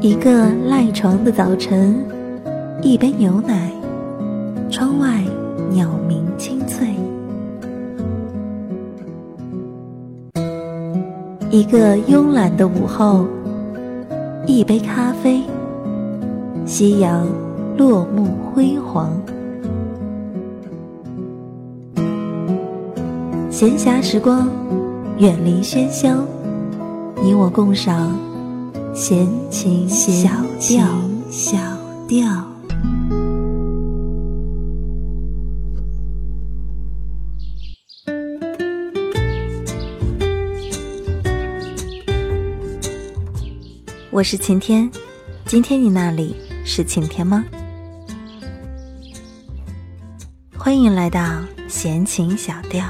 一个赖床的早晨，一杯牛奶，窗外鸟鸣清脆。一个慵懒的午后，一杯咖啡，夕阳落幕辉煌。闲暇时光，远离喧嚣，你我共赏闲情小调。我是晴天，今天你那里是晴天吗？欢迎来到闲情小调。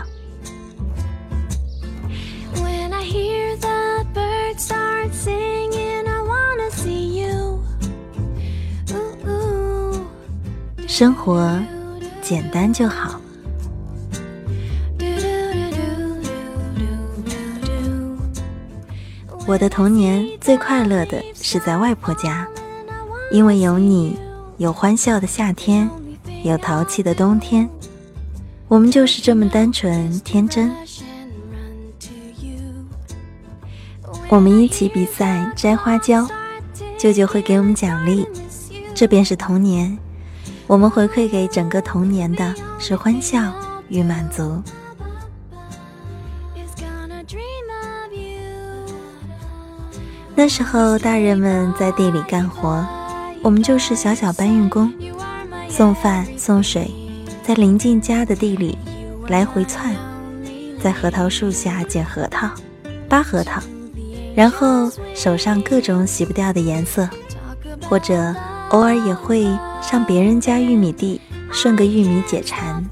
生活简单就好。我的童年最快乐的是在外婆家，因为有你，有欢笑的夏天，有淘气的冬天，我们就是这么单纯天真。我们一起比赛摘花椒，舅舅会给我们奖励，这便是童年。我们回馈给整个童年的是欢笑与满足。那时候大人们在地里干活，我们就是小小搬运工，送饭送水，在邻近家的地里来回窜，在核桃树下捡核桃扒核桃，然后手上各种洗不掉的颜色，或者偶尔也会上别人家玉米地顺个玉米解馋。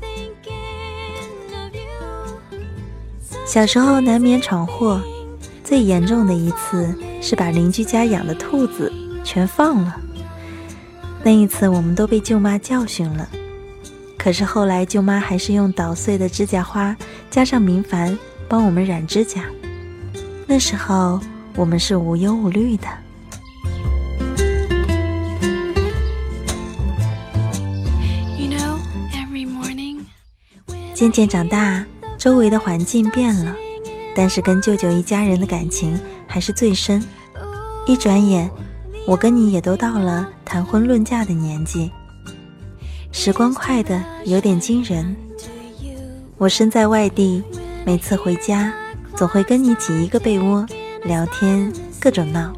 小时候难免闯祸，最严重的一次是把邻居家养的兔子全放了。那一次我们都被舅妈教训了，可是后来舅妈还是用捣碎的指甲花加上明矾帮我们染指甲。那时候我们是无忧无虑的。渐渐长大，周围的环境变了，但是跟舅舅一家人的感情还是最深。一转眼，我跟你也都到了谈婚论嫁的年纪，时光快得有点惊人。我身在外地，每次回家总会跟你挤一个被窝，聊天各种闹。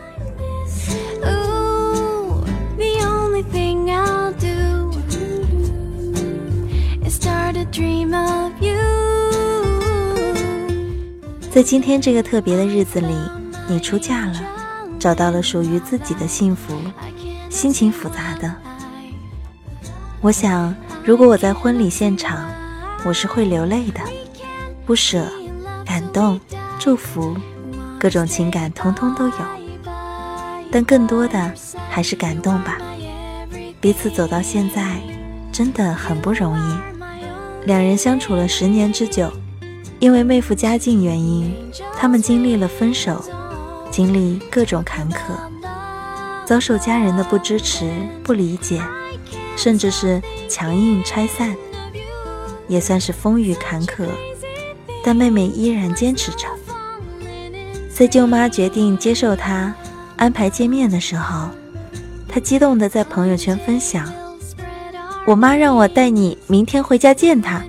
在今天这个特别的日子里，你出嫁了，找到了属于自己的幸福，心情复杂的。我想如果我在婚礼现场，我是会流泪的，不舍、感动、祝福，各种情感通通都有，但更多的还是感动吧。彼此走到现在真的很不容易，两人相处了10年之久，因为妹夫家境原因，他们经历了分手，经历各种坎坷，遭受家人的不支持、不理解，甚至是强硬拆散，也算是风雨坎坷，但妹妹依然坚持着。在舅妈决定接受她安排见面的时候，她激动地在朋友圈分享，我妈让我带你明天回家见她。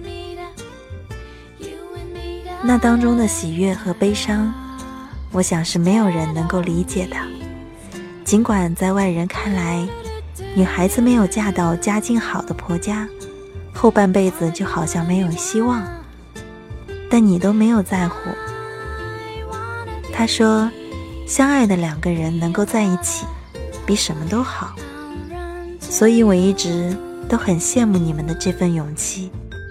那当中的喜悦和悲伤，我想是没有人能够理解的。尽管在外人看来，女孩子没有嫁到家境好的婆家，后半辈子就好像没有希望，但你都没有在乎。她说，相爱的2个人能够在一起，比什么都好，所以我一直都很羡慕你们的这份勇气。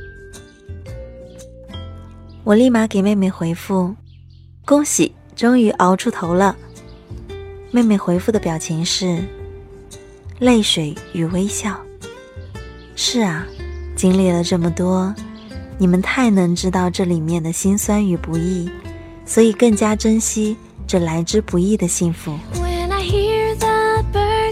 我立马给妹妹回复，恭喜，终于熬出头了。妹妹回复的表情是泪水与微笑。是啊，经历了这么多，你们太能知道这里面的辛酸与不易，所以更加珍惜这来之不易的幸福。When I hear the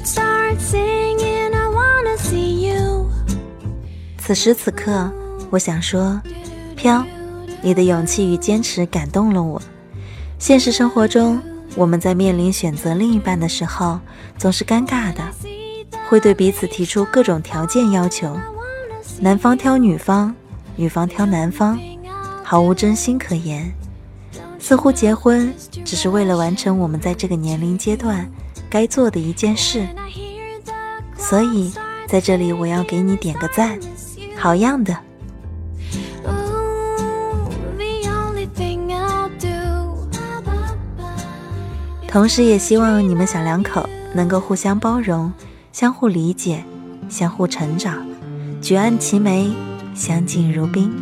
此时此刻，我想说，飘，你的勇气与坚持感动了我。现实生活中，我们在面临选择另一半的时候，总是尴尬的，会对彼此提出各种条件要求，男方挑女方，女方挑男方，毫无真心可言。似乎结婚只是为了完成我们在这个年龄阶段该做的一件事。所以在这里我要给你点个赞，好样的。同时也希望你们小两口能够互相包容，相互理解，相互成长，举案齐眉，相敬如宾。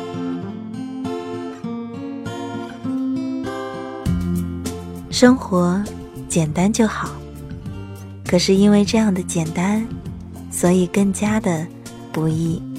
生活简单就好，可是因为这样的简单，所以更加的不易